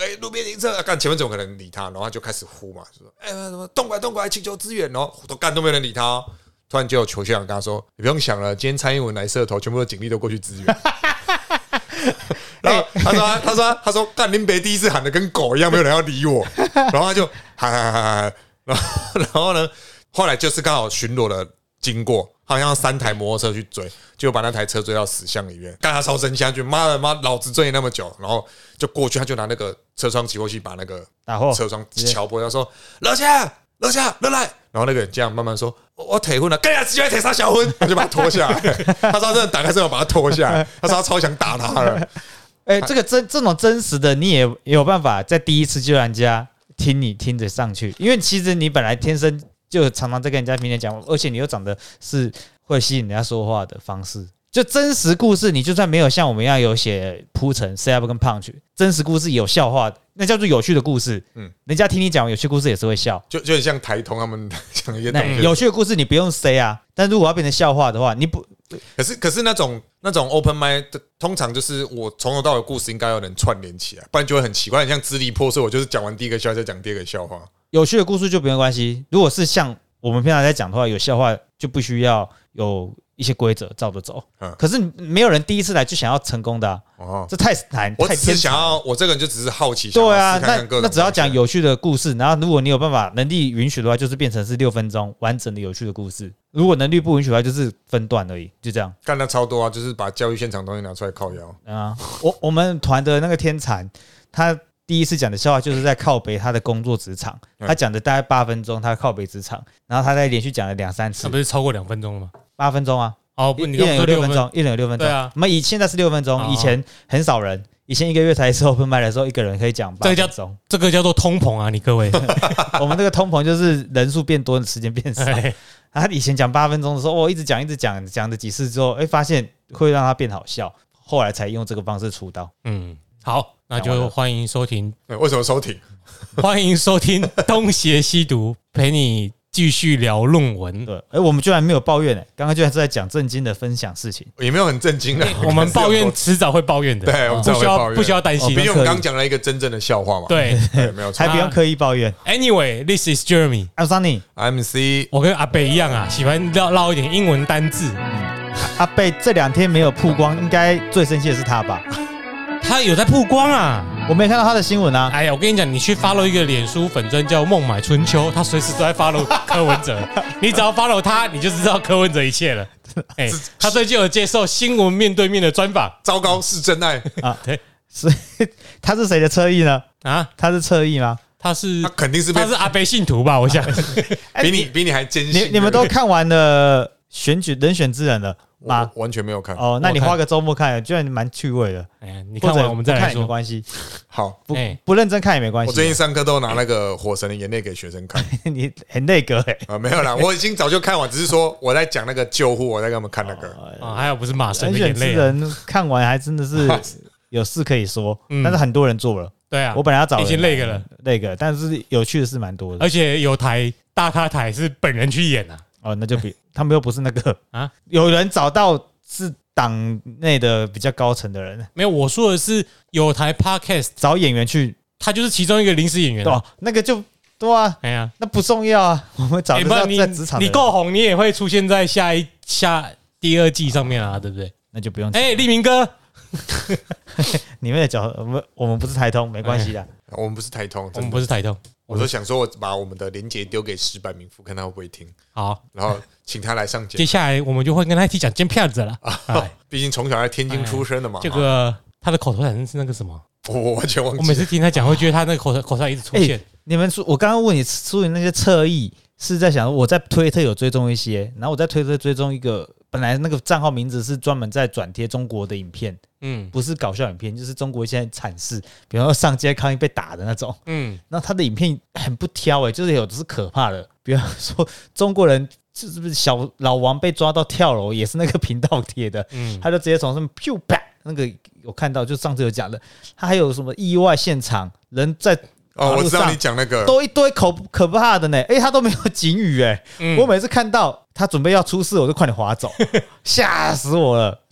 路边停车，干前面怎么可能理他？然后他就开始呼嘛，就说什么动过来请求支援，然后都没人理他哦。突然就有邱学长跟他说：“你不用想了，今天蔡英文来社头，全部的警力都过去支援。”然后他说干林北第一次喊的跟狗一样，没有人要理我。然后他就喊，然后呢，后来就是刚好巡逻的经过，好像3台摩托车去追，就把那台车追到死巷里面。干他超生气，他觉得妈老子追你那么久，然后就过去，他就拿那个车窗起火器把那个车窗敲破，他说落下来。然后那个人这样慢慢说：“我腿昏了，干呀，直接腿杀小昏。”他就把他拖下来。他说他真的打开车门把他拖下来，他说他超想打他了。 这种真实的，你也有办法在第一次就让人家听着上去，因为其实你本来天生就常常在跟人家明天讲，而且你又长得是会吸引人家说话的方式。就真实故事，你就算没有像我们一样有写铺陈 set up 跟 punch， 真实故事有笑话的，那叫做有趣的故事。人家听你讲有趣故事也是会笑， 就很像台通他们讲一些东西。 有趣的故事你不用 say 啊，但如果要变成笑话的话，你不。 可是那种 open mic 通常就是我从头到尾故事应该有人串联起来，不然就会很奇怪，很像支离破碎。我就是讲完第一个笑话再讲第二个笑话。 有趣的故事就不用关系，如果是像我们平常在讲的话，有笑话就不需要有一些规则照着走。可是没有人第一次来就想要成功的这太难。 我只是想要，我这个人就只是好奇。 对啊，那只要讲有趣的故事，然后如果你有办法能力允许的话，就是变成是6分钟完整的有趣的故事。如果能力不允许的话，就是分段而已，就这样。 干得超多啊，就是把教育现场东西拿出来靠腰啊。我们团的那个天蚕，他第一次讲的笑话就是在靠北他的工作职场，他讲的大概8分钟，他靠北职场，然后他在连续讲了2-3次， 那不是超过2分钟了吗 ？8分钟啊。 哦，不，你一人有6分钟，一人有6分钟。 对啊， 我们现在是6分钟，以前很少人，以前1个月才一次 open mic 的时候，一个人可以讲8分钟。 这个叫做通膨啊，你各位。 我们这个通膨就是人数变多，时间变少。他以前讲8分钟的时候，我一直讲，讲了几次之后，发现会让他变好笑，后来才用这个方式出道。 好，那就欢迎收听。 为什么收听？ 欢迎收听东邪西毒，陪你继续聊论文。 对，我们居然没有抱怨刚刚居然是在讲正经的分享事情， 也没有很震惊的。 我们抱怨迟早会抱怨的， 对，我们不需要担心。 毕竟我们刚讲了一个真正的笑话嘛。 对， 没有错， 还不用刻意抱怨。 Anyway, this is Jeremy. I'm Sunny. I'm C. 我跟阿北一样啊，喜欢唠一点英文单字。 阿北这2天没有曝光，应该最生气的是他吧？ 他有在曝光啊， 我没看到他的新闻啊。 哎呀，我跟你讲，你去 follow 一个脸书粉专叫孟买春秋，他随时都在 follow 柯文哲，你只要 follow 他，你就知道柯文哲一切了。他最近有接受新闻面对面的专访， 糟糕是真爱啊！对，所以他是谁的侧翼呢？啊，他是侧翼吗？ 他肯定是他是阿北信徒吧？我想比你还坚信。 你们都看完了选举人选之人了？ 我完全没有看哦，那你花个周末看，居然蛮趣味的。 你看完我们再来说， 没关系。 好， 不认真看也没关系。 我最近上课都拿那个《火神的眼泪》给学生看。 你很内阁没有啦，我已经早就看完，只是说我在讲那个救护，我在给他们看那个。 还有不是马神的眼泪。 人选之人看完还真的是有事可以说，但是很多人做了。 对啊， 我本来要找已经那个了， 但是有趣的是蛮多的， 而且有大咖台是本人去演啊。 那就比他们又不是那个啊，有人找到是党内的比较高层的人， 没有，我说的是有台 podcast 找演员去， 他就是其中一个临时演员那个就对啊， 哎呀， 那不重要啊，我们找到在职场， 你够红，你也会出现在下第2季上面啊，对不对？ 那就不用立明哥， 你们的角我们不是台通，没关系的， 我们不是台通， 我们不是台通。 我都想说，我把我们的连结丢给石板民夫，看他会不会听。 好， 然后请他来上节目。 接下来我们就会跟他一起讲尖片子了。 毕竟从小在天津出生的嘛。 这个他的口头禅是那个什么？ 我完全忘记。 我每次听他讲，会觉得他那个口头禅一直出现。 你们说，我刚刚问你出的那些侧翼，是在想我在推特有追踪一些，然后我在推特追踪一个，本来那个账号名字是专门在转贴中国的影片。不是搞笑影片，就是中国现在惨事，比方说上街抗议被打的那种。那他的影片很不挑就是有的是可怕的，比方说中国人是不是小老王被抓到跳楼，也是那个频道贴的。他就直接从上面噗啪，那个有看到，就上次有讲的，他还有什么意外现场，人在我知道你讲那个， 都一堆可怕的呢。他都没有警语我每次看到他准备要出事，我就快点滑走，吓死我了。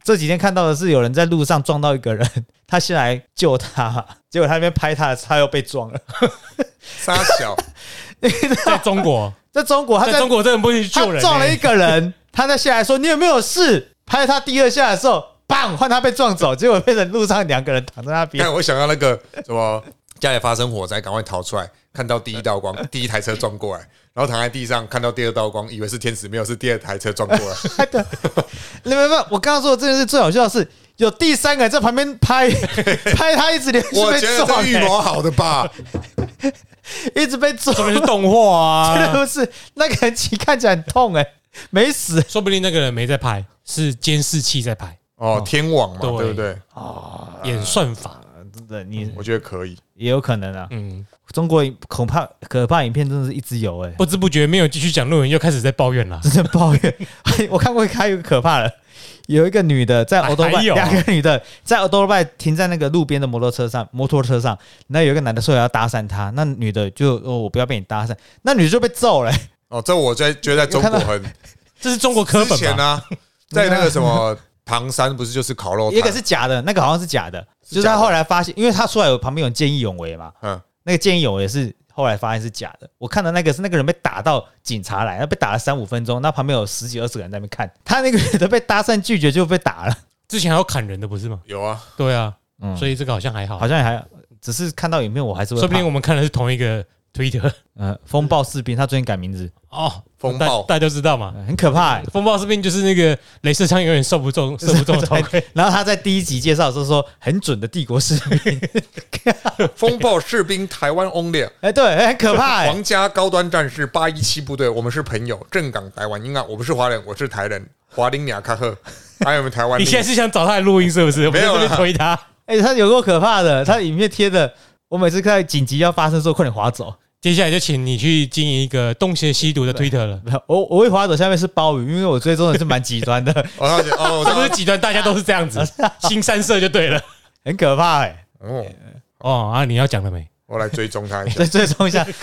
这几天看到的是有人在路上撞到一个人，他先来救他，结果他那边拍他又被撞了。 傻小， 在中国， 在中国， 在中国真的不会去救人、 他撞了一个人，他在下来说你有没有事？拍他第二下的时候，砰，换他被撞走，结果变成路上2个人躺在那边。 看我想到那个什么家里发生火灾，赶快逃出来，看到第一道光，第一台车撞过来，然后躺在地上，看到第二道光，以为是天使，没有，是第二台车撞过来。 没，我刚刚说的这件事最好笑的是，有第3个人在旁边拍他，一直连续被撞。 我觉得这预谋好的吧， 一直被撞， 说明是动画啊， 真的不是那个人看起来很痛没死， 说不定那个人没在拍，是监视器在拍。 哦，天网嘛， 对对不对？ 演算法， 真的，你我觉得可以， 也有可能啊。中国可怕影片真的是一直有不知不觉没有继续讲论文，又开始在抱怨了， 真的抱怨。我看过还有一个可怕的，有一个女的在欧多拜，2个女的在欧多拜停在那个路边的摩托车上，那有一个男的说要搭讪她，那女的就我不要被你搭讪，那女的就被揍了。 哦，这我觉得在中国很， 这是中国课本吧？ 之前啊，在那个什么唐山不是就是烤肉摊， 一个是假的，那个好像是假的，就是他后来发现，因为他出来旁边有见义勇为嘛，那个见义勇为是后来发现是假的。我看的那个是那个人被打到警察来，他被打了3-5分钟，那旁边有10几20个人在那边看，他那个人都被搭讪拒绝就被打了。 之前还有砍人的不是吗？ 有啊， 对啊，所以这个好像还好， 好像还只是看到影片我还是会怕， 说不定我们看的是同一个 Twitter。 风暴士兵他最近改名字哦， 风暴大家都知道嘛， 很可怕。 风暴士兵就是那个雷射枪永远射不中的头盔。 然后他在第1集介绍的时候说很准的帝国士兵， 风暴士兵台湾 only， 对，很可怕。 皇家高端战士817部队，我们是朋友，正港台湾，应该我不是华人，我是台人，华林雅卡赫，还有我们台湾。 你现在是想找他的录音是不是？ 没有我推他。 他有够可怕的，他影片贴的，我每次看紧急要发生的时候，快点滑走。 接下来就请你去经营一个东邪西毒的 Twitter 了。 我会滑走，下面是鲍鱼，因为我追踪的是蛮极端的。 这不是极端，大家都是这样子，新三色就对了， 很可怕你要讲了没？ 我来追踪他一下， 再追踪一下。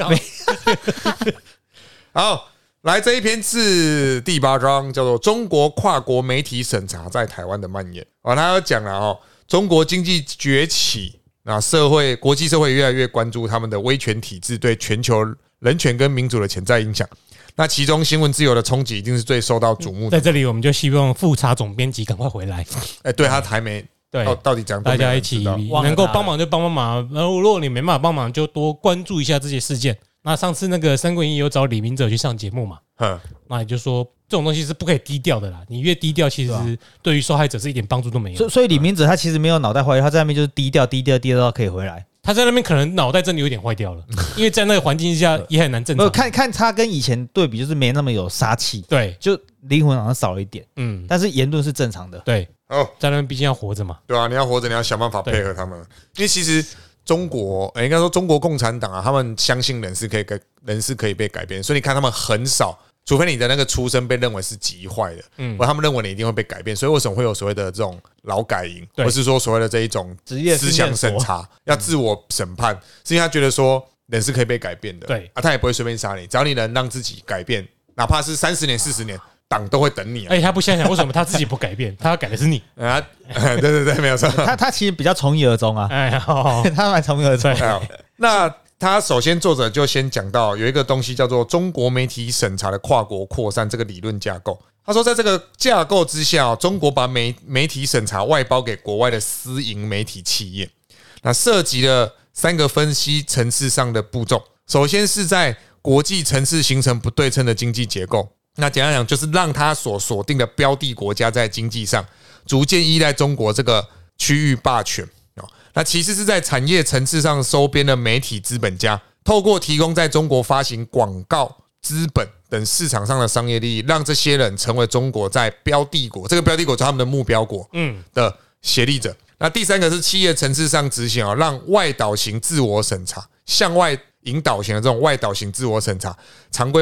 好，来这一篇是第8章，叫做中国跨国媒体审查在台湾的蔓延。他要讲了中国经济崛起。那国际社会越来越关注他们的威权体制对全球人权跟民主的潜在影响。那其中新闻自由的冲击一定是最受到瞩目的。 在这里，我们就希望复查总编辑赶快回来。 对他还没对到底讲， 大家一起能够帮忙就帮忙。然后如果你没办法帮忙，就多关注一下这些事件。那上次那个三国演义有找李明哲去上节目嘛？那也就说这种东西是不可以低调的啦。你越低调，其实对于受害者是一点帮助都没有。 所以李明哲他其实没有脑袋坏掉，他在那边就是低调到可以回来。 他在那边可能脑袋真的有点坏掉了，因为在那个环境下也很难正常。 看他跟以前对比，就是没那么有杀气， 对， 就灵魂好像少了一点。但是言论是正常的。 对，在那边毕竟要活着嘛。 对啊，你要活着，你要想办法配合他们。因为其实中国，应该说中国共产党啊，他们相信人是可以被改变，所以你看他们很少。除非你的那个出身被认为是极坏的，或他们认为你一定会被改变，所以为什么会有所谓的这种劳改营，或是说所谓的这一种思想审查，要自我审判，是因为他觉得说人是可以被改变的， 对他也不会随便杀你，只要你能让自己改变，哪怕是30年、40年，党都会等你。 他不想想为什么他自己不改变，他要改的是你对，没有错。 他其实比较从一而终啊，他蛮从一而终。 那他首先作者就先讲到有一个东西叫做中国媒体审查的跨国扩散这个理论架构。他说，在这个架构之下，中国把媒体审查外包给国外的私营媒体企业，那涉及了3个分析层次上的步骤。首先是在国际层次形成不对称的经济结构，那简单讲就是让他所锁定的标的国家在经济上逐渐依赖中国这个区域霸权。那其次是在产业层次上收编的媒体资本家，透过提供在中国发行广告、资本等市场上的商业利益，让这些人成为中国在标的国，这个标的国就是他们的目标国的协力者。那第3个是企业层次上执行，让外导型自我审查，向外引导型的这种外导型自我审查常规化，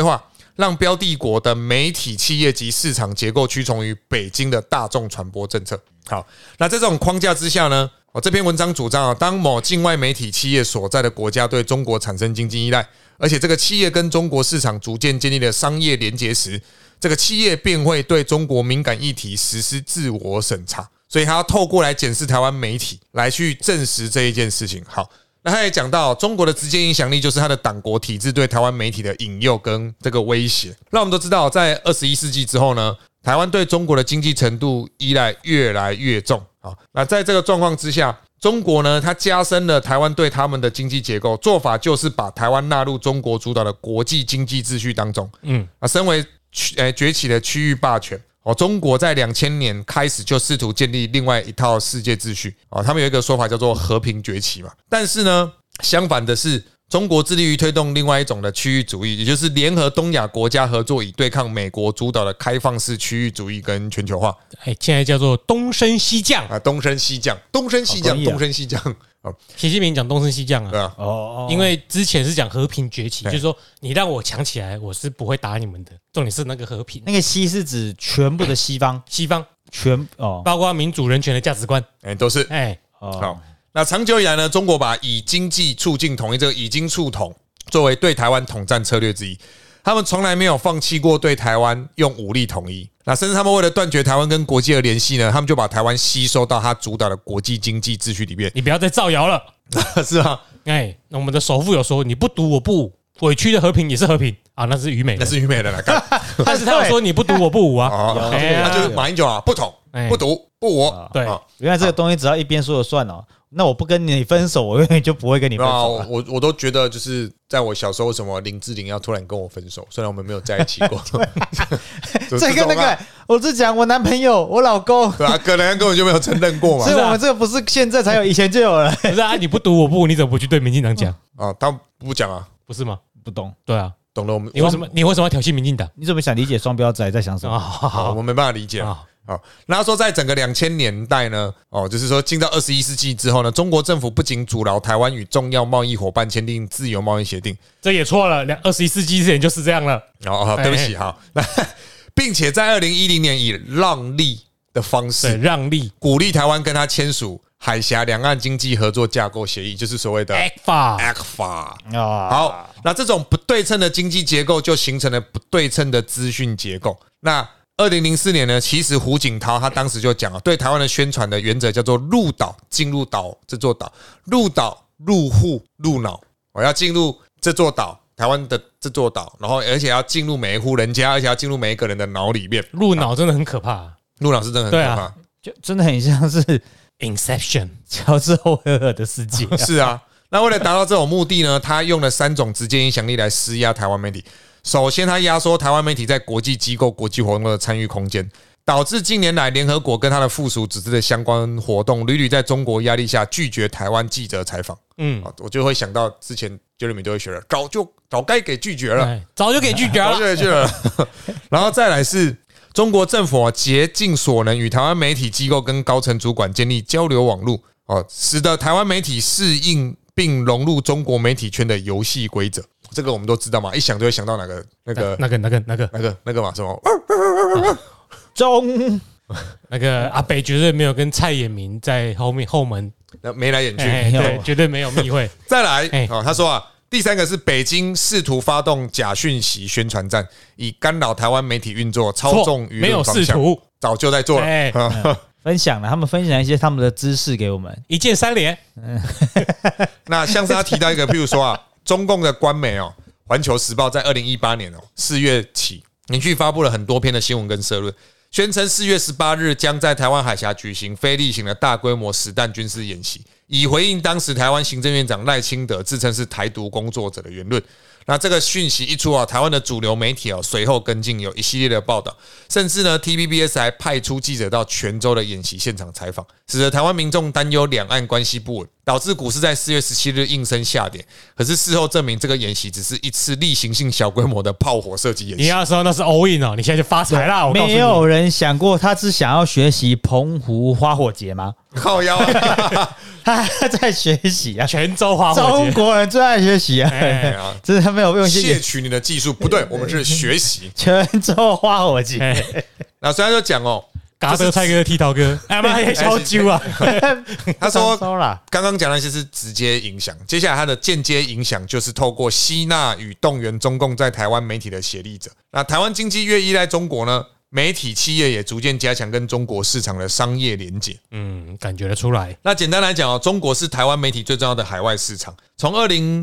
让标的国的媒体企业及市场结构屈从于北京的大众传播政策。好，那在这种框架之下呢，这篇文章主张当某境外媒体企业所在的国家对中国产生经济依赖，而且这个企业跟中国市场逐渐建立了商业连结时，这个企业便会对中国敏感议题实施自我审查，所以他要透过来检视台湾媒体来去证实这一件事情。好，那他也讲到中国的直接影响力就是他的党国体制对台湾媒体的引诱跟这个威胁。那我们都知道，在21世纪之后呢，台湾对中国的经济程度依赖越来越重。好，那在这个状况之下，中国呢，它加深了台湾对他们的经济结构，做法就是把台湾纳入中国主导的国际经济秩序当中。身为崛起的区域霸权，中国在2000年开始就试图建立另外一套世界秩序。他们有一个说法叫做和平崛起嘛。但是呢，相反的是，中国致力于推动另外一种的区域主义，也就是联合东亚国家合作，以对抗美国主导的开放式区域主义跟全球化。 现在叫做东升西降啊，东升西降，东升西降，东升西降。 习近平讲东升西降啊， 对啊， 因为之前是讲和平崛起，就是说你让我强起来，我是不会打你们的。重点是那个和平， 那个西是指全部的西方， 包括民主人权的价值观， 都是好。那长久以来呢，中国把以经济促进统一这个以经促统作为对台湾统战策略之一，他们从来没有放弃过对台湾用武力统一。那甚至他们为了断绝台湾跟国际的联系呢，他们就把台湾吸收到他主导的国际经济秩序里面。 你不要再造谣了， 是啊， 那我们的首富有说你不赌我不武，委屈的和平也是和平啊，那是愚昧的， 那是愚昧的啦。 但是他有说你不赌我不武啊， 那就是马英九啊，不统不赌不武。 对， 原来这个东西只要一边说了算哦。那我不跟你分手，我永远就不会跟你分手了。 我都觉得，就是在我小时候，什么林志玲要突然跟我分手，虽然我们没有在一起过。 这个那个，我是讲我男朋友，我老公， 对啊，可能根本就没有承认过嘛。 所以我们这个不是现在才有，以前就有了。 不是啊，你不赌我不，你怎么不去对民进党讲啊？他不讲啊， 不是吗？ 不懂， 对啊， 懂了。我们你为什么要挑衅民进党？ 你怎么想理解双标仔在想什么？ 我们没办法理解啊。那他说，在整个2000年代呢，就是说进到21世纪之后呢，中国政府不仅阻挠台湾与重要贸易伙伴签订自由贸易协定， 这也错了。21世纪之前就是这样了。 对不起，好，并且在2010年以让利的方式，鼓励台湾跟他签署海峡两岸经济合作架构协议，就是所谓的 ECFA。好，那这种不对称的经济结构就形成了不对称的资讯结构。那2004年呢，其实胡锦涛他当时就讲了，对台湾的宣传的原则叫做入岛，进入岛这座岛，入岛入户入脑，我要进入这座岛，台湾的这座岛，然后而且要进入每一户人家，而且要进入每一个人的脑里面。 入脑真的很可怕， 入脑是真的很可怕， 就真的很像是 Inception 乔治·欧威尔的世界。 是啊，那为了达到这种目的呢，他用了3种直接影响力来施压台湾媒体。首先，他压缩台湾媒体在国际机构、国际活动的参与空间，导致近年来联合国跟他的附属组织的相关活动屡屡在中国压力下拒绝台湾记者采访。我就会想到之前 Jeremy 都会学了，早该给拒绝了， 早就给拒绝了。 然后再来是中国政府竭尽所能与台湾媒体机构跟高层主管建立交流网络，使得台湾媒体适应并融入中国媒体圈的游戏规则。这个我们都知道嘛，一想就会想到那个嘛，什么中那个阿北绝对没有跟蔡衍明在后门眉来眼去， 对，绝对没有密会。 再来，他说第3个是北京试图发动假讯息宣传战，以干扰台湾媒体运作，操纵舆论方向，早就在做了。 分享了，他们分享一些他们的知识给我们， 一键3连。 那像是他提到一个，譬如说中共的官媒环球时报在2018年4月起连续发布了很多篇的新闻跟社论，宣称4月18日将在台湾海峡举行非例行的大规模实弹军事演习，以回应当时台湾行政院长赖清德自称是台独工作者的言论。那这个讯息一出台湾的主流媒体随后跟进，有一系列的报道，甚至呢 TVBS 还派出记者到泉州的演习现场采访，使得台湾民众担忧两岸关系不稳，导致股市在4月17日应声下跌。可是事后证明，这个演习只是一次例行性小规模的炮火射击演习。 你那时候那是 all in 你现在就发财了。我告诉你， 没有人想过他是想要学习澎湖花火节吗？ 靠腰他还在学习啊， 泉州花火节， 中国人最爱学习啊，只是他没有用窃取你的技术，不对，我们是学习泉州花火节。 那虽然说讲哦。 嘎德蔡哥、剃头哥，哎妈呀，小酒啊！ 他说，刚刚讲那些是直接影响，接下来他的间接影响就是透过吸纳与动员中共在台湾媒体的协力者。那台湾经济越依赖中国呢，媒体企业也逐渐加强跟中国市场的商业连结。 感觉得出来。 那简单来讲哦，中国是台湾媒体最重要的海外市场。从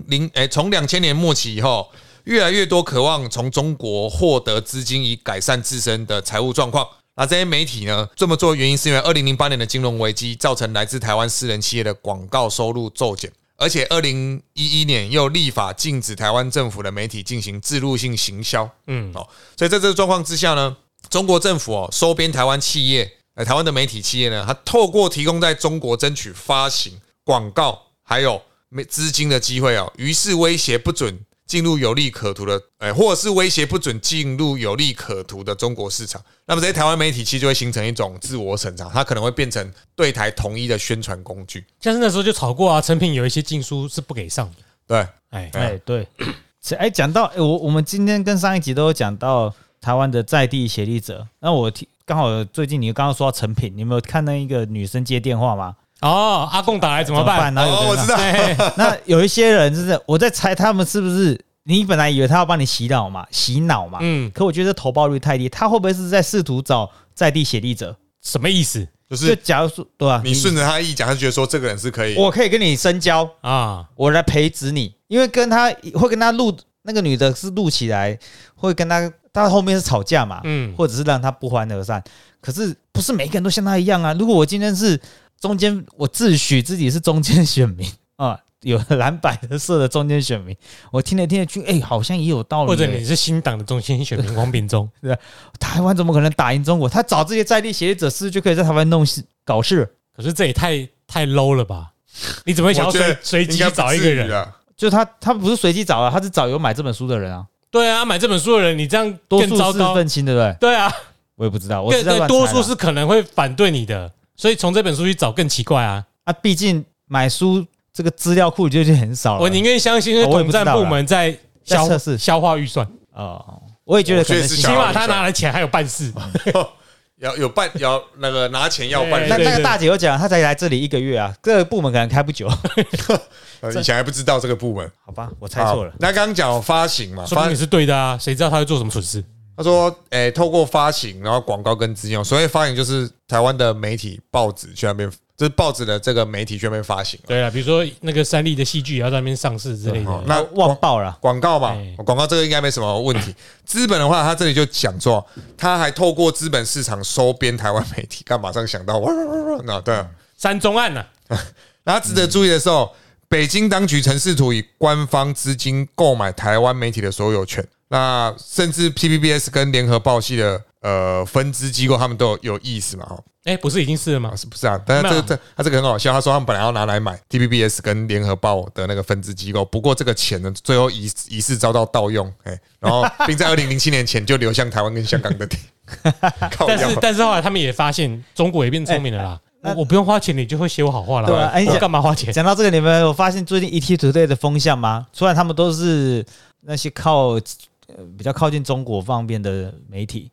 2000年末期以后，越来越多渴望从中国获得资金以改善自身的财务状况。那这些媒体呢，这么做的原因是因为2008年的金融危机造成来自台湾私人企业的广告收入骤减，而且2011年又立法禁止台湾政府的媒体进行置入性行销。所以在这个状况之下呢，中国政府收编台湾企业，台湾的媒体企业呢，它透过提供在中国争取发行广告还有资金的机会于是威胁不准进入有利可图的，或者是威胁不准进入有利可图的中国市场。那么这些台湾媒体其实就会形成一种自我审查，它可能会变成对台统一的宣传工具。 像是那时候就吵过啊，成品有一些禁书是不给上的。 对，对。讲到我们今天跟上一集都有讲到台湾的在地协力者，那我刚好最近你刚刚说到成品，你有没有看那一个女生接电话吗？ 阿共打来怎么办？ 我知道。 那有一些人就是我在猜他们是不是你本来以为他要帮你洗脑嘛，可我觉得投报率太低，他会不会是在试图找在地协力者？ 什么意思？ 就假如说对啊， 你顺着他一讲，他觉得说这个人是可以， 我可以跟你深交啊，我来培植你，因为跟他录那个女的是录起来，会跟他后面是吵架嘛，或者是让他不欢而散。可是不是每个人都像他一样啊？如果我今天是中间，我自诩自己是中间选民啊，有蓝白的色的中间选民，我听来去，好像也有道理。 或者你是新党的中间选民王炳忠， 对，台湾怎么可能打赢中国？他找这些在地协力者，是不是就可以在台湾搞事？ 可是这也太 low 了吧？你怎么会想要随机找一个人？ 就他不是随机找啊，他是找有买这本书的人啊。 对啊，买这本书的人，你这样多更糟糕， 数是愤青，对不对？ 对啊， 我也不知道， 多数是可能会反对你的。所以从这本书去找更奇怪啊！ 毕竟买书这个资料库就已经很少了。 我宁愿相信是统战部门在消化预算我也觉得可能起码他拿了钱还有办事， 要那个拿钱要办事。 那个大姐有讲，她才来这里1个月啊，这个部门可能开不久。 以前还不知道这个部门， 好吧，我猜错了。 那刚刚讲发行嘛， 说明你是对的啊，谁知道他会做什么蠢事？ 他说：“透过发行，然后广告跟资金，所谓发行就是台湾的媒体报纸去那边，就是报纸的这个媒体去那边发行。 对啊，比如说那个三立的戏剧也要在那边上市之类的。 那旺报了广告嘛，广告这个应该没什么问题。资本的话，他这里就讲说，他还透过资本市场收编台湾媒体，干马上想到那对三中案呢。 然后值得注意的时候，北京当局曾试图以官方资金购买台湾媒体的所有权。”那甚至 TVBS 跟联合报系的分支机构，他们都有意思嘛？ 不是已经是了吗？ 不是啊，但是他这个很好笑。他说他们本来要拿来买 TVBS 跟联合报的那个分支机构，不过这个钱呢，最后疑似遭到盗用，然后并在2007年前就流向台湾跟香港的地。 但是后来他们也发现，中国也变聪明了啦。我不用花钱，你就会写我好话了。 对啊， 我干嘛花钱？ 讲到这个，你们有发现最近 ETtoday 的风向吗？虽然他们都是那些比较靠近中国方面的媒体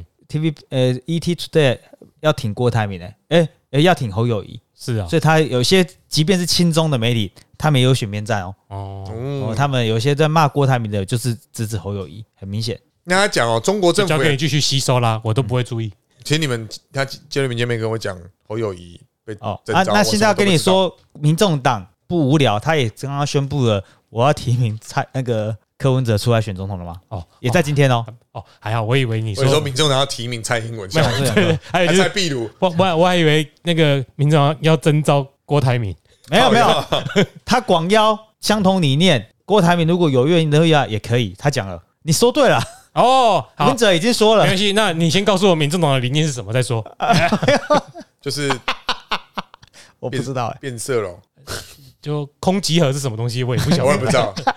，ETtoday 要挺郭台铭要挺侯友宜， 是啊， 所以他有些即便是亲中的媒体，他们也有选边站他们有些在骂郭台铭的，就是支持侯友宜，很明显。 那他讲中国政府交给你继续吸收啦，我都不会注意。 其实他杰伦今天跟我讲侯友宜被那现在要跟你说，民众党不无聊，他也刚刚宣布了，我要提名那个柯文哲出来选总统了吗？也在今天还好，我以为你说民众党要提名蔡英文， 还有在秘鲁， 我还以为那个民众党要征召郭台铭， 没有，他广邀相同理念，郭台铭如果有愿意的话也可以，他讲了，你说对了。文哲已经说了， 没关系。那你先告诉我民众党的理念是什么再说。 就是我不知道变色龙， 就空集合是什么东西，我也不晓得。 我也不知道。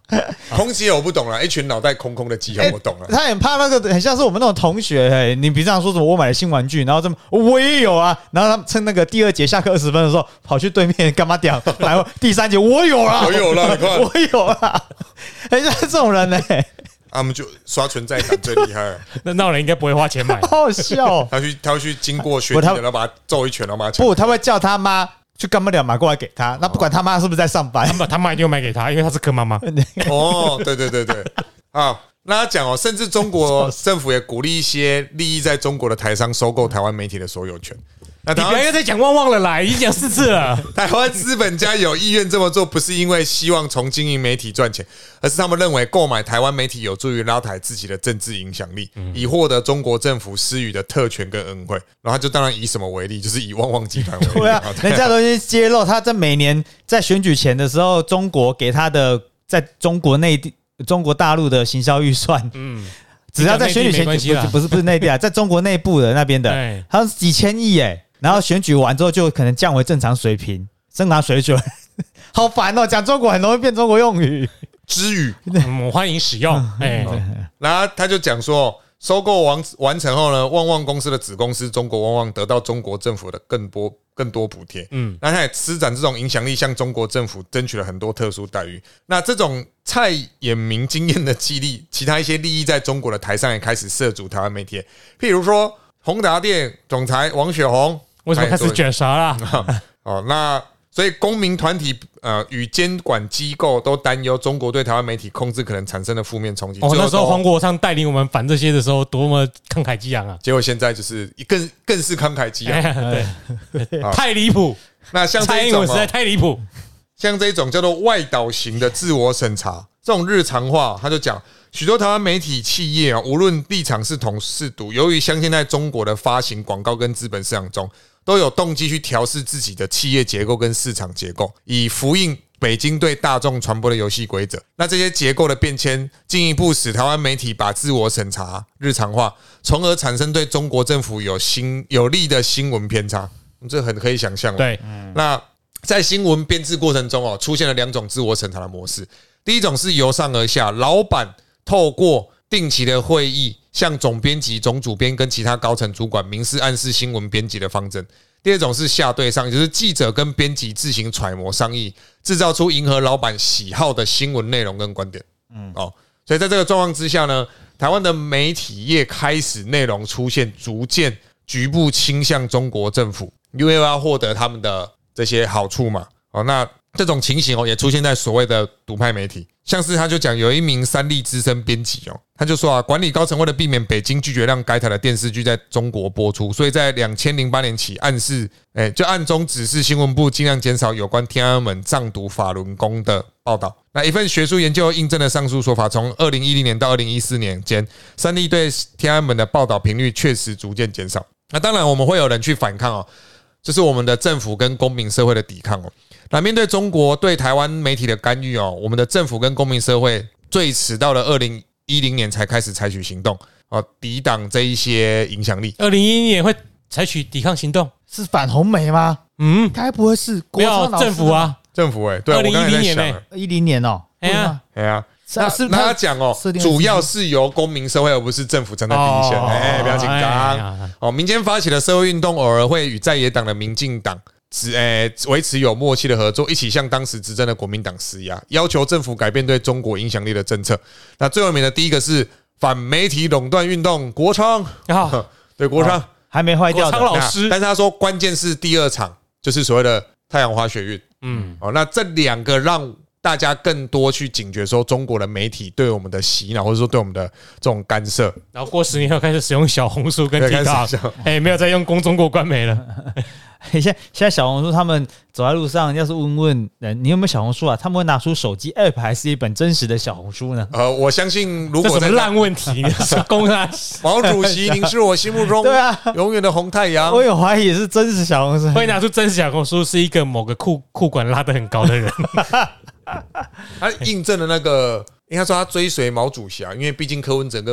空姐我不懂了，一群脑袋空空的鸡我懂了。 他很怕那个，很像是我们那种同学，你平常说什么我买了新玩具，然后这么我也有啊，然后他们趁那个第2节下课20分的时候跑去对面干嘛屌，然后第3节我有了， 我有了，你看我有了，很像这种人呢。 他们就刷存在感最厉害了。 那人应该不会花钱买， 好好笑。 他会去经过学弟的，然后把他揍一拳，然后把他抢。 不，他会叫他妈去干嘛了买过来给他。那不管他妈是不是在上班， 他妈一定会买给他，因为他是柯妈妈。 哦，对啊。那他讲甚至中国政府也鼓励一些利益在中国的台商收购台湾媒体的所有权。 你不要再讲旺旺了啦，已经讲4次了。 台湾资本家有意愿这么做，不是因为希望从经营媒体赚钱，而是他们认为购买台湾媒体有助于拉抬自己的政治影响力，以获得中国政府施予的特权跟恩惠。然后他就当然以什么为例，就是以旺旺集团为例。 对啊，人家都已经揭露，他在每年在选举前的时候，中国给他的在中国大陆的行销预算，只要在选举前不是内地啊，在中国内部的那边的，好像是几千亿然后选举完之后就可能降为正常水平，正常水准，好烦哦！讲中国很容易变中国用语， 之语， 我欢迎使用。 然后他就讲说，收购完成后呢，旺旺公司的子公司中国旺旺得到中国政府的更多补贴。那他也施展这种影响力，向中国政府争取了很多特殊待遇。那这种蔡衍明经验的激励，其他一些利益在中国的台商也开始涉足台湾媒体，譬如说宏达电总裁王雪红。 为什么开始卷舌啦？ 那所以公民团体与监管机构都担忧中国对台湾媒体控制可能产生的负面冲击。 那时候黄国昌带领我们反这些的时候，多么慷慨激昂啊！ 结果现在就是更是慷慨激昂， 对，太离谱。 那像蔡英文实在太离谱， 像这种叫做外导型的自我审查，这种日常化，他就讲。许多台湾媒体企业无论立场是同是独，由于相信在中国的发行广告跟资本市场中，都有动机去调试自己的企业结构跟市场结构，以符应北京对大众传播的游戏规则。那这些结构的变迁，进一步使台湾媒体把自我审查日常化，从而产生对中国政府有利的新闻偏差。这很可以想象。 对， 那在新闻编制过程中出现了2种自我审查的模式。第一种是由上而下，老板透过定期的会议，向总编辑、总主编跟其他高层主管明示暗示新闻编辑的方针。第二种是下对上，也就是记者跟编辑自行揣摩商议，制造出迎合老板喜好的新闻内容跟观点。所以在这个状况之下呢，台湾的媒体业开始内容出现逐渐局部倾向中国政府，因为要获得他们的这些好处嘛。那这种情形也出现在所谓的独派媒体，像是他就讲有一名3立资深编辑他就说管理高层为了避免北京拒绝让该台的电视剧在中国播出，所以在2008年起就暗中指示新闻部尽量减少有关天安门藏独法轮功的报道。那一份学术研究印证了上述说法，从2010年到2014年间，3立对天安门的报道频率确实逐渐减少。那当然我们会有人去反抗就是我们的政府跟公民社会的抵抗那面对中国对台湾媒体的干预我们的政府跟公民社会最迟到了2010年才开始采取行动抵挡这一些影响力。 2011年会采取抵抗行动， 是反红媒吗？该不会是没有政府啊？ 政府对 ，2010年 10年哎呀。那他讲主要是由公民社会而不是政府站在第一线，不要紧张。民间发起的社会运动偶尔会与在野党的民进党维持有默契的合作，一起向当时执政的国民党施压，要求政府改变对中国影响力的政策。那最有名的第一个是反媒体垄断运动，国昌对国昌还没坏掉的国昌老师， 但是他说关键是第2场，就是所谓的太阳花学运。那这2个让大家更多去警觉说中国的媒体对我们的洗脑，或者说对我们的这种干涉。 然后过10年后开始使用小红书跟 TikTok， 没有再用中国官媒了。 现在小红书他们走在路上，要是问人你有没有小红书啊，他们会拿出手机 app 还是一本真实的小红书呢？ 我相信如果这什么烂问题，你是公开毛主席，您是我心目中永远的红太阳。 我有怀疑是真实小红书， 会拿出真实小红书是一个某个裤管拉得很高的人。 他印证了那个，应该说他追随毛主席因为毕竟柯文哲跟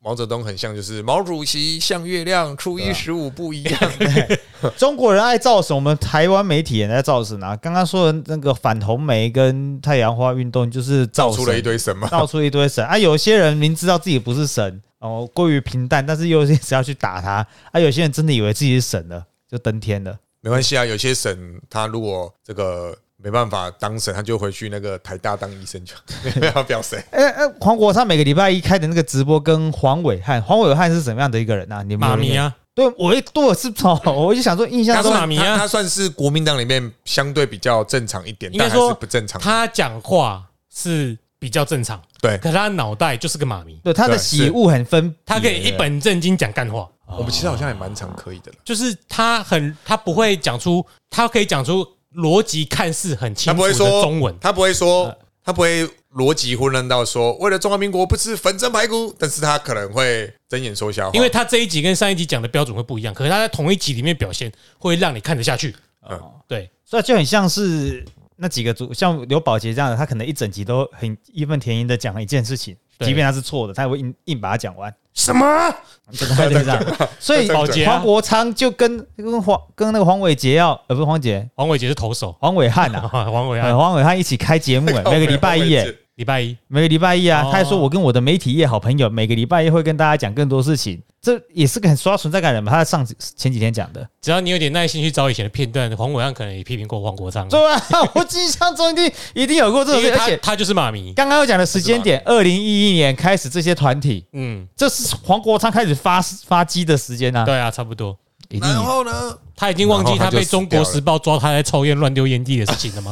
毛泽东很像，就是毛主席像月亮，初一十五不一样。 中国人爱造神，我们台湾媒体也在造神啊。刚刚说的那个反红媒跟太阳花运动，就是造出了一堆神嘛， 造出一堆神啊。有些人明知道自己不是神哦，过于平淡，但是又一直要去打他啊。有些人真的以为自己是神了，就登天了。 没关系啊，有些神他如果这个没办法当神，他就回去那个台大当医生就没有表谁。 黄国昌每个礼拜一开的那个直播跟黄伟汉是什么样的一个人啊？你们妈咪啊？ 对，我是我就想说，印象中他算是国民党里面相对比较正常一点，但还是不正常。 他讲话是比较正常， 对， 可是他脑袋就是个妈咪。 对，他的喜恶很分别， 他可以一本正经讲干话。 我们其实好像也蛮常可以的， 就是他不会讲出，他可以讲出逻辑看似很清楚的中文， 他不会逻辑混乱到说为了中华民国不吃粉蒸排骨，但是他可能会睁眼说瞎话， 因为他这一集跟上一集讲的标准会不一样，可是他在同一集里面表现会让你看得下去。对， 所以就很像是那几个像刘宝杰这样的，他可能一整集都很义愤填膺的讲一件事情，即便他是错的，他也会硬把它讲完。 什么？ 就是这样。所以黄国昌就跟那个黄伟杰不是黄伟杰是投手， 黄伟汉啊，黄伟汉一起开节目每个礼拜一每个礼拜一啊，他还说我跟我的媒体业好朋友每个礼拜一会跟大家讲更多事情，这也是个很刷存在感的人嘛。他前几天讲的， 只要你有点耐心去找以前的片段，黄伟汉可能也批评过黄国昌。 对啊，我印象中一定有过这种事，而且他就是妈咪。 刚刚有讲的时间点，2011年开始这些团体，这是黄国昌开始发迹的时间啊。 对啊，差不多。 然后呢， 他已经忘记他被《中国时报》抓他在抽烟乱丢烟蒂的事情了吗？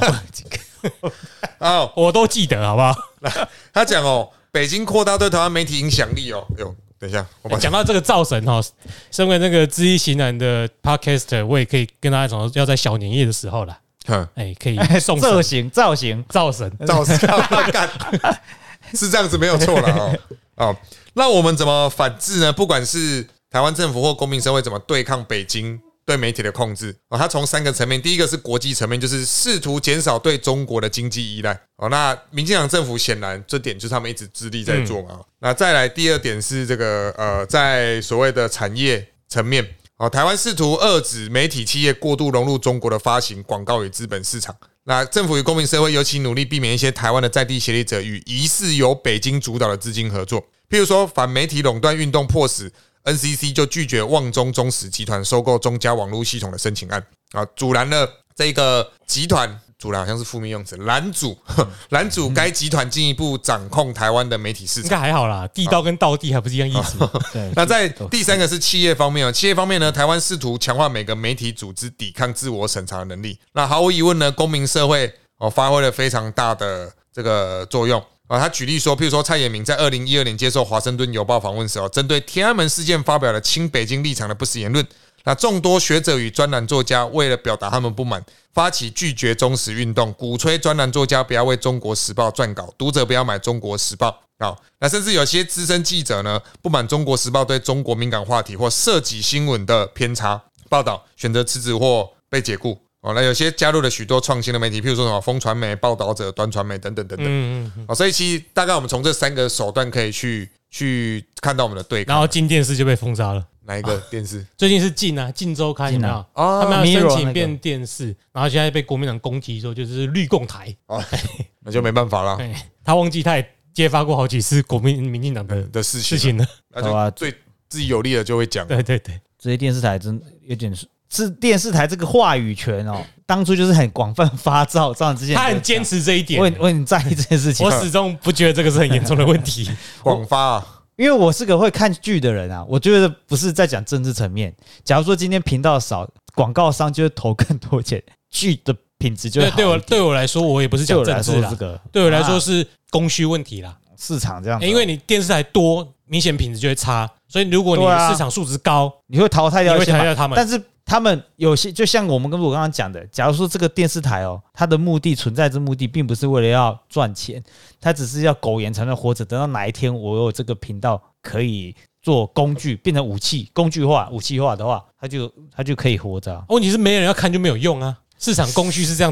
我都记得，好不好？ 他讲北京扩大对台湾媒体影响力等一下，我讲到这个造神身为那个知易行难的 podcaster， 我也可以跟大家讲，要在小年夜的时候啦，可以送神造型， 是这样子没有错了那我们怎么反制呢？不管是台湾政府或公民社会怎么对抗北京对媒体的控制它从3个层面，第一个是国际层面，就是试图减少对中国的经济依赖那民进党政府显然这点就是他们一直致力在做嘛那再来第二点是这个在所谓的产业层面台湾试图遏止媒体企业过度融入中国的发行广告与资本市场。那政府与公民社会尤其努力避免一些台湾的在地协力者与疑似由北京主导的资金合作，譬如说反媒体垄断运动迫使 NCC 就拒绝旺中中时集团收购中嘉网络系统的申请案阻拦了这个集团，阻拦好像是负面用词，拦阻该集团进一步掌控台湾的媒体市场。 应该还好啦，地道跟道地还不是一样意思。 那在第3个是企业方面企业方面呢，台湾试图强化每个媒体组织抵抗自我审查的能力。那毫无疑问呢，公民社会发挥了非常大的这个作用。他举例说，譬如说蔡衍明在2012年接受华盛顿邮报访问时针对天安门事件发表了亲北京立场的不实言论。那众多学者与专栏作家为了表达他们不满，发起拒绝中时运动，鼓吹专栏作家不要为中国时报撰稿，读者不要买中国时报那甚至有些资深记者呢，不满中国时报对中国敏感话题或涉及新闻的偏差报道，选择辞职或被解雇那有些加入了许多创新的媒体，譬如说什么风传媒、报道者、端传媒等等等等所以其实大概我们从这3个手段可以去看到我们的对抗。 然后进电视就被封杀了。 哪一个电视？ 最近是镜周刊有没有？他们要申请变电视，然后现在被国民党攻击说就是绿共台那就没办法了。 他忘记他也揭发过好几次民进党的事情了， 那就最自己有利的就会讲。 对， 这些电视台真有点是电视台这个话语权当初就是很广泛发照，这样之前他很坚持这一点， 我很在意这件事情。 我始终不觉得这个是很严重的问题。 广发因为我是个会看剧的人我觉得不是在讲政治层面。假如说今天频道少，广告商就会投更多钱，剧的品质就会好一点。 对我来说，我也不是讲政治啦，对我来说是供需问题啦， 市场这样子因为你电视台多，明显品质就会差，所以如果你的市场素质高， 你会淘汰掉一些他们。 但是他们有些就像我刚刚讲的，假如说这个电视台它的目的存在之目的并不是为了要赚钱，它只是要苟延残喘活着，等到哪一天我有这个频道可以做工具，变成武器化的话，它就可以活着问题是没人要看就没有用啊，市场供需是这样子嘛。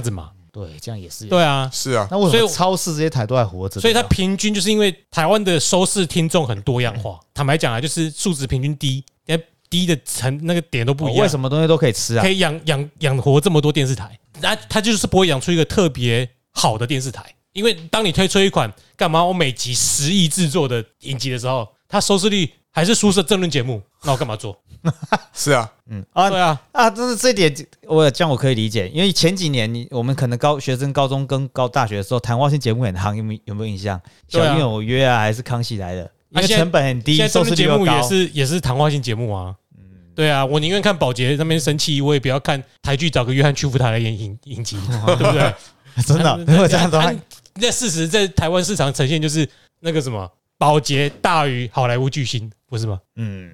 对，这样也是。 对啊， 是啊。 那为什么超市这些台都还活着？ 所以它平均就是因为台湾的收视听众很多样化。坦白讲啊，就是数值平均低，低的那个点都不一样。 为什么东西都可以吃啊？ 可以养活这么多电视台，那它就是不会养出一个特别好的电视台。因为当你推出一款干嘛我每集10亿制作的影集的时候，它收视率还是输政论节目，那我干嘛做？ 是啊， 对啊， 这是这一点，这样我可以理解。因为前几年我们可能学生高中跟大学的时候，谈话性节目很夯，有没有印象？小燕有约啊，还是康熙来的？因为成本很低，收视率又高。 节目也是谈话性节目啊。对啊，我宁愿看宝洁那边生气，我也不要看台剧找个约翰屈服台来演影集，对不对？ 真的，如果这样的话， 那事实在台湾市场呈现就是那个什么，宝洁大于好莱坞巨星，不是吗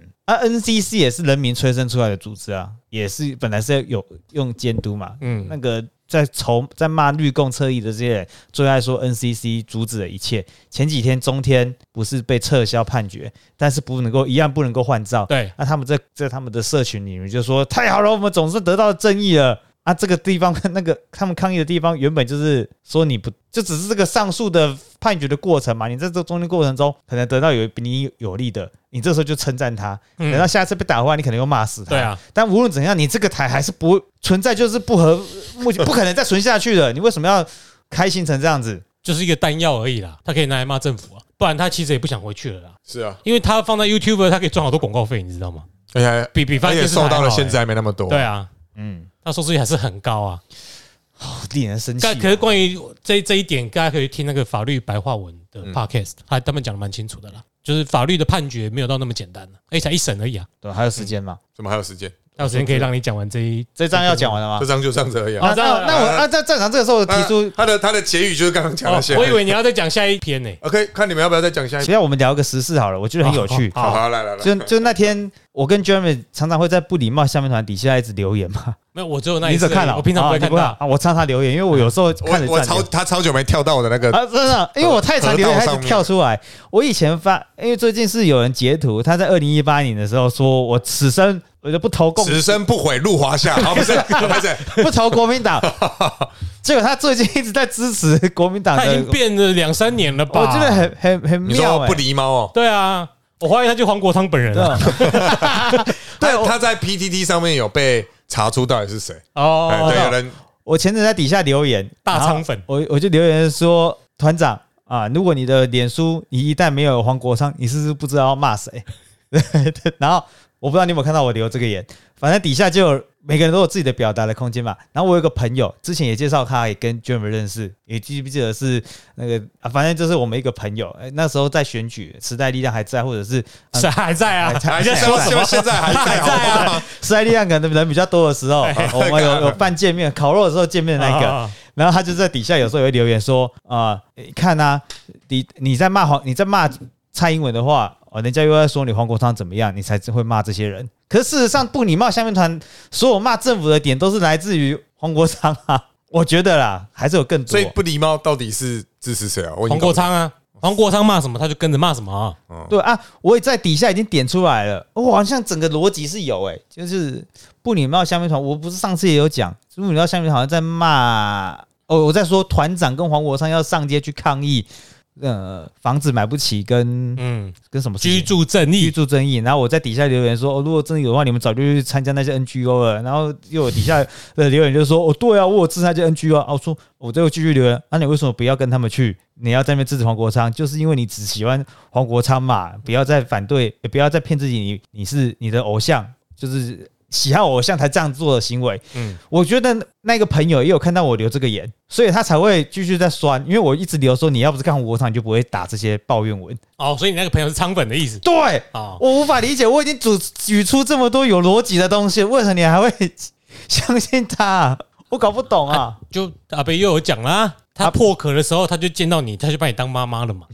？NCC 也是人民催生出来的组织啊，也是本来是要用监督嘛。那个在骂绿共侧翼的这些人，最爱说 NCC 阻止了一切。前几天中天不是被撤销判决，但是一样不能够换照。 对， 那他们在他们的社群里面就说太好了，我们总算得到正义了。这个地方那个他们抗议的地方，原本就是说你不就只是这个上诉的判决的过程嘛？你在这中间过程中可能得到比你有利的，你这时候就称赞他。等到下一次被打回来，你可能又骂死他。 对啊， 但无论怎样，你这个台还是不存在，就是不可能再存下去的。你为什么要开心成这样子？ 就是一个弹药而已啦，他可以拿来骂政府啊，不然他其实也不想回去了啦。 是啊， 因为他放在 YouTube， 他可以赚好多广告费，你知道吗？比而且收到的现在没那么多。 对啊，他收视率还是很高啊， 令人生气。 可是关于这一点，大家可以听那个法律白话文的 podcast，他们讲的蛮清楚的啦。就是法律的判决没有到那么简单了，才一审而已啊。 对，还有时间吗？ 怎么还有时间？ 还有时间可以让你讲完这章要讲完了吗？ 这章就这样子而已。 那我在正常这个时候提出他的结语就是刚刚讲的些。 我以为你要再讲下一篇呢。 OK， 看你们要不要再讲下一篇。 现在我们聊个时事好了，我觉得很有趣。 好，来。 就那天我跟 Jeremy 常常会在不礼貌下面团底下一直留言嘛。 没有，我只有那一次。 你只看了， 我平常不会看到。 我常常留言，因为我有时候看着他超久没跳到我的那个真的，因为我太常留言，开始跳出来。我以前因为最近是有人截图，他在2018年的时候说我此生我就不投共， 此生不悔入华夏。好，不是， 不投国民党。结果他最近一直在支持国民党， 他已经变了2-3年了吧？ 我觉得很妙。 你说不狸猫哦？ 对啊，我怀疑他就黄国昌本人。 对，他在 PTT 上面有被查出到底是谁哦。 对，有人我前阵在底下留言， 大仓粉， 我就留言说团长啊，如果你的脸书你一旦没有黄国昌，你是不是不知道要骂谁？然后我不知道你有没有看到我留这个言，反正底下就有每个人都有自己的表达的空间嘛。然后我有个朋友之前也介绍他，也跟 Jeremy 认识，也记不记得是那个反正就是我们一个朋友，那时候在选举，时代力量还在，或者是还在啊？ 还在什么？现在还在啊？ 时代力量可能人比较多的时候，我们有办见面烤肉的时候见面的那个，然后他就在底下有时候也会留言说看啊，你在骂蔡英文的话。人家又在说你黄国昌怎么样，你才会骂这些人。可是事实上，不礼貌下面团所有骂政府的点都是来自于黄国昌啊。我觉得啦，还是有更多。 所以不礼貌到底是支持谁啊？ 黄国昌啊，黄国昌骂什么他就跟着骂什么啊。 对啊，我也在底下已经点出来了。我好像整个逻辑是有就是不礼貌下面团，我不是上次也有讲，不礼貌下面好像在骂我在说团长跟黄国昌要上街去抗议。房子买不起跟什么居住正义， 然后我在底下留言说，如果真的有的话，你们早就去参加那些 NGO 了。然后又有底下的留言就说，对啊，我有支持那些 NGO 啊。我说我最后继续留言，你为什么不要跟他们去？你要在那边支持黄国昌，就是因为你只喜欢黄国昌嘛，不要再反对，也不要再骗自己，你是你的偶像，就是喜好偶像才这样做的行为。我觉得那个朋友也有看到我留这个言，所以他才会继续在酸，因为我一直留说你要不是看黄国昌，你就不会打这些抱怨文。 所以你那个朋友是仓粉的意思？ 对，我无法理解，我已经举出这么多有逻辑的东西，为什么你还会相信他？我搞不懂啊！ 就阿北又有讲啦，他破壳的时候他就见到你，他就把你当妈妈了嘛。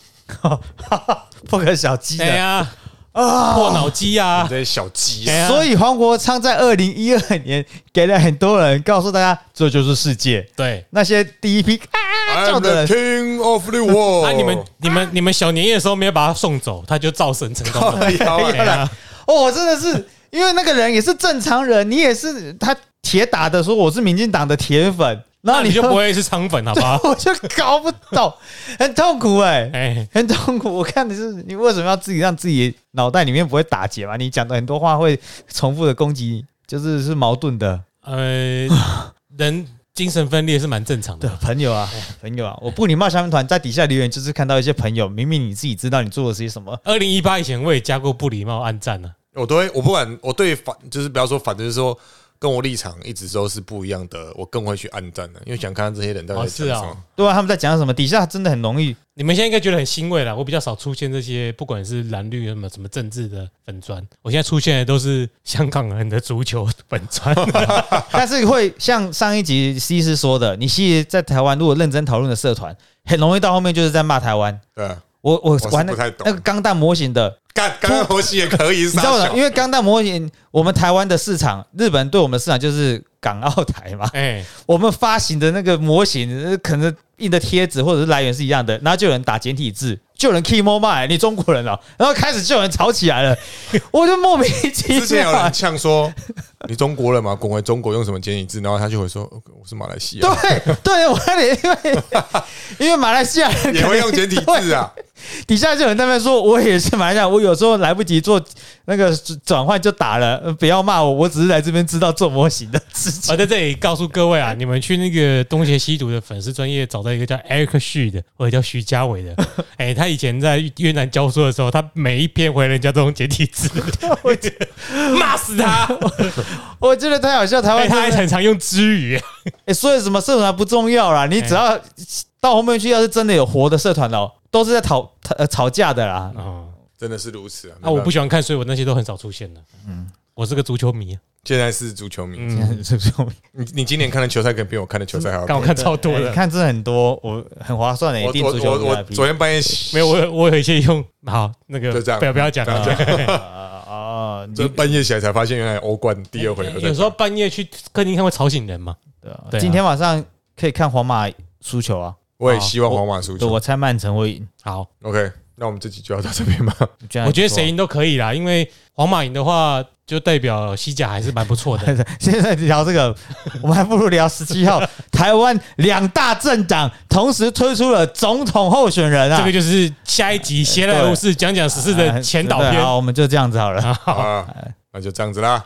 破壳小鸡的， 对呀。破脑机啊， 这些小鸡。 所以黄国昌在2012年给了很多人告诉大家，这就是世界。 对， 那些第一批叫的人 ，King of the world。 你们小年夜的时候没有把他送走，他就造神成功了。 真的是因为那个人也是正常人，你也是他铁打的说我是民进党的铁粉， 然后你就不会是肠粉，好不好？ 我就搞不懂，很痛苦很痛苦。我看的是你为什么要自己让自己脑袋里面不会打结嘛？你讲的很多话会重复的攻击，是矛盾的。 人精神分裂是蛮正常的。 对，朋友啊，我不礼貌下面团在底下留言，就是看到一些朋友，明明你自己知道你做了些什么。 2018以前我也加过不礼貌按赞呢。 我不管，我对反就是不要说反，就是说跟我立场一直都是不一样的，我更会去按赞的，因为想看看这些人到底在讲什么。 对啊，他们在讲什么？底下真的很容易。 你们现在应该觉得很欣慰了。我比较少出现这些，不管是蓝绿什么政治的粉专，我现在出现的都是香港人的足球粉专。 但是会像上一集 C 师说的，你其实在台湾如果认真讨论的社团，很容易到后面就是在骂台湾。 对， 我玩那个钢弹模型的。 钢弹模型也可以，你知道吗？因为钢弹模型，我们台湾的市场，日本对我们的市场就是港澳台嘛。我们发行的那个模型，可能印的贴纸或者是来源是一样的，然后就有人打简体字，就有人 key more 骂你中国人了，然后开始就有人吵起来了，我就莫名其妙。 之前有人呛说你中国人嘛，滚回中国用什么简体字，然后他就会说我是马来西亚。 对，我那里因为马来西亚人也会用简体字啊。 底下就有人在那边说，我也是马来西亚，我有时候来不及做那个转换就打了，不要骂我，我只是来这边知道做模型的事情。 我在这里告诉各位啊，你们去那个东邪西毒的粉丝专页找到一个叫 Eric Xu 的，或者叫徐家伟的，他以前在越南教书的时候，他每一篇回人家都用简体字，我觉得骂死他， 我觉得太好笑。台湾他还很常用支语， 所以什么社团不重要啦，你只要到后面去，要是真的有活的社团哦，都是在吵架的啦。 真的是如此啊！ 我不喜欢看，所以我那些都很少出现了。我是个足球迷， 现在是足球迷。你今年看的球赛，可能比我看的球赛还要看。我看超多的， 看真的很多，我很划算的。 我昨天半夜没有，我有一些用好那个，不要讲啊。这半夜起来才发现，原来欧冠第2回合。 有时候半夜去客厅看会吵醒人嘛。 对，今天晚上可以看皇马输球啊！ 我也希望皇马输球。 我猜曼城会赢。 好 ，OK，那我们这集就要到这边吧。 我觉得谁赢都可以啦，因为皇马赢的话，就代表西甲还是蛮不错的。 现在聊这个，我们还不如聊17号台湾2大政党同时推出了总统候选人啊！ 这个就是下一集闲来无事讲讲时事的前导片。 好，我们就这样子好了。 好，那就这样子啦。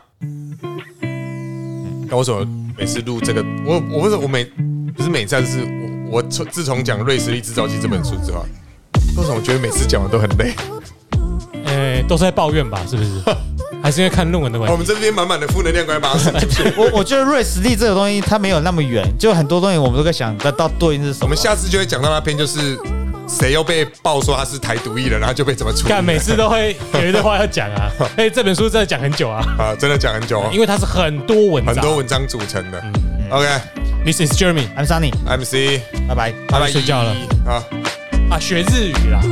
那为什么每次录这个，不是每次，就是我自从讲《瑞士力制造机》这本书之后，为什么我觉得每次讲的都很累？ 都是在抱怨吧？是不是？还是因为看论文的关系？ 我们这边满满的负能量，赶快把它删出去。 我觉得瑞士力这个东西它没有那么远，就很多东西我们都在想得到对应是什么。 我们下次就会讲到那篇，就是谁又被爆说他是台独裔了，然后就被怎么处理。 每次都会有一段话要讲啊。这本书真的讲很久啊。 真的讲很久， 因为它是很多文章组成的。OK，This is Jeremy，I'm Sunny，I'm C， 拜拜， 拜拜，睡觉了。学日语啦。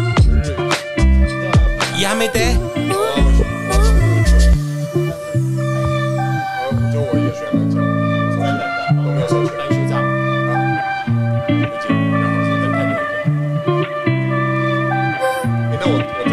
やめて。 就我一个学长讲，都没有授权。 蓝学长。 那我。